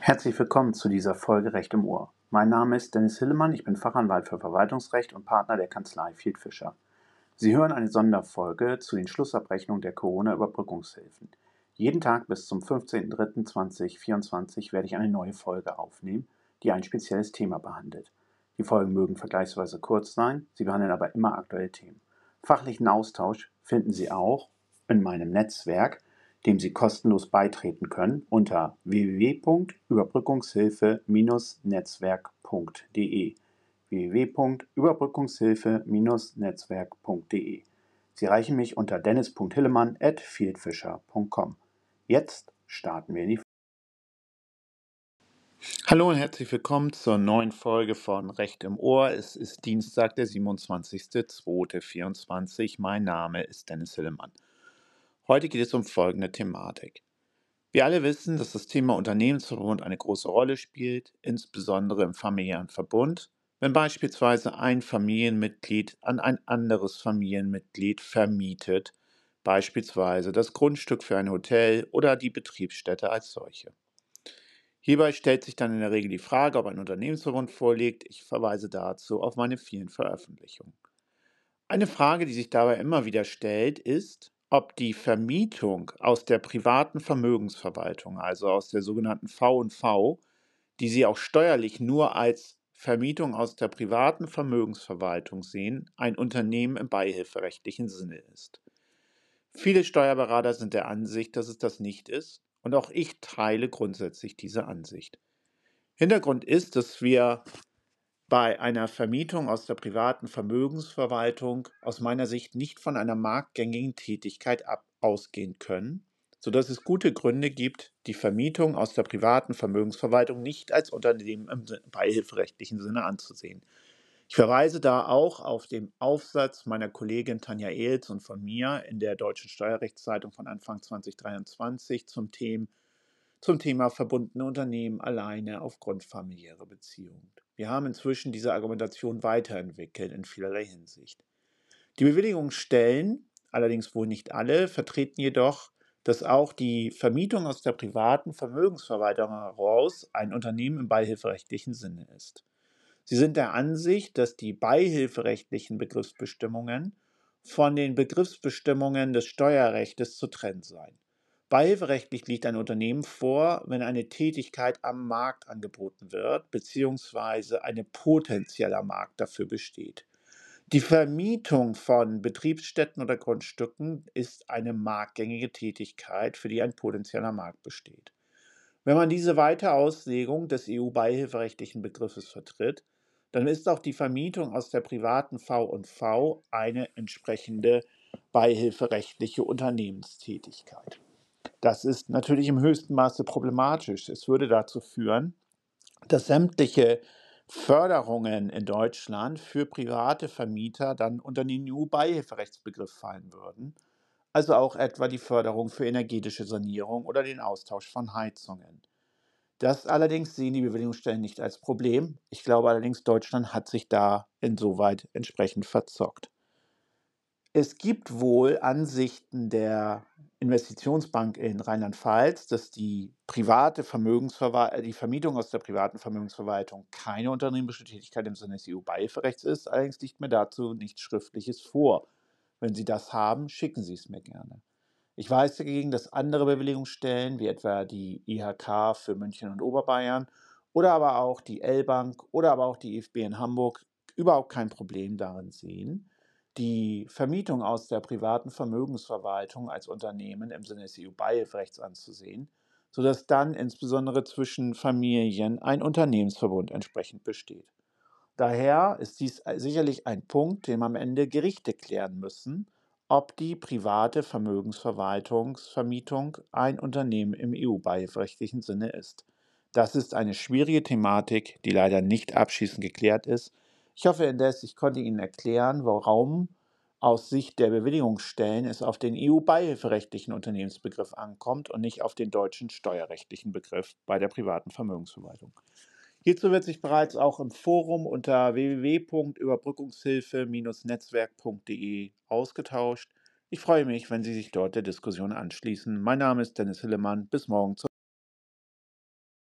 Herzlich willkommen zu dieser Folge Recht im Ohr. Mein Name ist Dennis Hillemann, ich bin Fachanwalt für Verwaltungsrecht und Partner der Kanzlei Field Fischer. Sie hören eine Sonderfolge zu den Schlussabrechnungen der Corona-Überbrückungshilfen. Jeden Tag bis zum 15.03.2024 werde ich eine neue Folge aufnehmen, die ein spezielles Thema behandelt. Die Folgen mögen vergleichsweise kurz sein, sie behandeln aber immer aktuelle Themen. Fachlichen Austausch finden Sie auch in meinem Netzwerk, dem Sie kostenlos beitreten können, unter www.überbrückungshilfe-netzwerk.de www.überbrückungshilfe-netzwerk.de. Sie erreichen mich unter dennis.hillemann@fieldfisher.com. Jetzt starten wir in die Hallo und herzlich willkommen zur neuen Folge von Recht im Ohr. Es ist Dienstag, der 27.02.2024. Mein Name ist Dennis Hillemann. Heute geht es um folgende Thematik. Wir alle wissen, dass das Thema Unternehmensverbund eine große Rolle spielt, insbesondere im familiären Verbund, wenn beispielsweise ein Familienmitglied an ein anderes Familienmitglied vermietet, beispielsweise das Grundstück für ein Hotel oder die Betriebsstätte als solche. Hierbei stellt sich dann in der Regel die Frage, ob ein Unternehmensverbund vorliegt. Ich verweise dazu auf meine vielen Veröffentlichungen. Eine Frage, die sich dabei immer wieder stellt, ist, ob die Vermietung aus der privaten Vermögensverwaltung, also aus der sogenannten V&V, die Sie auch steuerlich nur als Vermietung aus der privaten Vermögensverwaltung sehen, ein Unternehmen im beihilferechtlichen Sinne ist. Viele Steuerberater sind der Ansicht, dass es das nicht ist, und auch ich teile grundsätzlich diese Ansicht. Hintergrund ist, dass wir bei einer Vermietung aus der privaten Vermögensverwaltung aus meiner Sicht nicht von einer marktgängigen Tätigkeit ausgehen können, sodass es gute Gründe gibt, die Vermietung aus der privaten Vermögensverwaltung nicht als Unternehmen im beihilferechtlichen Sinne anzusehen. Ich verweise da auch auf den Aufsatz meiner Kollegin Tanja Ehls und von mir in der Deutschen Steuerrechtszeitung von Anfang 2023 zum Thema verbundene Unternehmen alleine aufgrund familiärer Beziehungen. Wir haben inzwischen diese Argumentation weiterentwickelt in vielerlei Hinsicht. Die Bewilligungsstellen, allerdings wohl nicht alle, vertreten jedoch, dass auch die Vermietung aus der privaten Vermögensverwaltung heraus ein Unternehmen im beihilferechtlichen Sinne ist. Sie sind der Ansicht, dass die beihilferechtlichen Begriffsbestimmungen von den Begriffsbestimmungen des Steuerrechts zu trennen seien. Beihilferechtlich liegt ein Unternehmen vor, wenn eine Tätigkeit am Markt angeboten wird, beziehungsweise ein potenzieller Markt dafür besteht. Die Vermietung von Betriebsstätten oder Grundstücken ist eine marktgängige Tätigkeit, für die ein potenzieller Markt besteht. Wenn man diese Weiterauslegung des EU-beihilferechtlichen Begriffes vertritt, dann ist auch die Vermietung aus der privaten V&V eine entsprechende beihilferechtliche Unternehmenstätigkeit. Das ist natürlich im höchsten Maße problematisch. Es würde dazu führen, dass sämtliche Förderungen in Deutschland für private Vermieter dann unter den EU-Beihilferechtsbegriff fallen würden, also auch etwa die Förderung für energetische Sanierung oder den Austausch von Heizungen. Das allerdings sehen die Bewilligungsstellen nicht als Problem. Ich glaube allerdings, Deutschland hat sich da insoweit entsprechend verzockt. Es gibt wohl Ansichten der Investitionsbank in Rheinland-Pfalz, dass die die Vermietung aus der privaten Vermögensverwaltung keine unternehmerische Tätigkeit im Sinne des EU-Beihilferechts ist. Allerdings liegt mir dazu nichts Schriftliches vor. Wenn Sie das haben, schicken Sie es mir gerne. Ich weiß dagegen, dass andere Bewilligungsstellen, wie etwa die IHK für München und Oberbayern oder aber auch die L-Bank oder aber auch die IFB in Hamburg, überhaupt kein Problem darin sehen, die Vermietung aus der privaten Vermögensverwaltung als Unternehmen im Sinne des EU-Beihilferechts anzusehen, sodass dann insbesondere zwischen Familien ein Unternehmensverbund entsprechend besteht. Daher ist dies sicherlich ein Punkt, den am Ende Gerichte klären müssen, ob die private Vermögensverwaltungsvermietung ein Unternehmen im EU-beihilferechtlichen Sinne ist. Das ist eine schwierige Thematik, die leider nicht abschließend geklärt ist. Ich hoffe indes, ich konnte Ihnen erklären, warum aus Sicht der Bewilligungsstellen es auf den EU-beihilferechtlichen Unternehmensbegriff ankommt und nicht auf den deutschen steuerrechtlichen Begriff bei der privaten Vermögensverwaltung. Hierzu wird sich bereits auch im Forum unter www.überbrückungshilfe-netzwerk.de ausgetauscht. Ich freue mich, wenn Sie sich dort der Diskussion anschließen. Mein Name ist Dennis Hillemann. Bis morgen.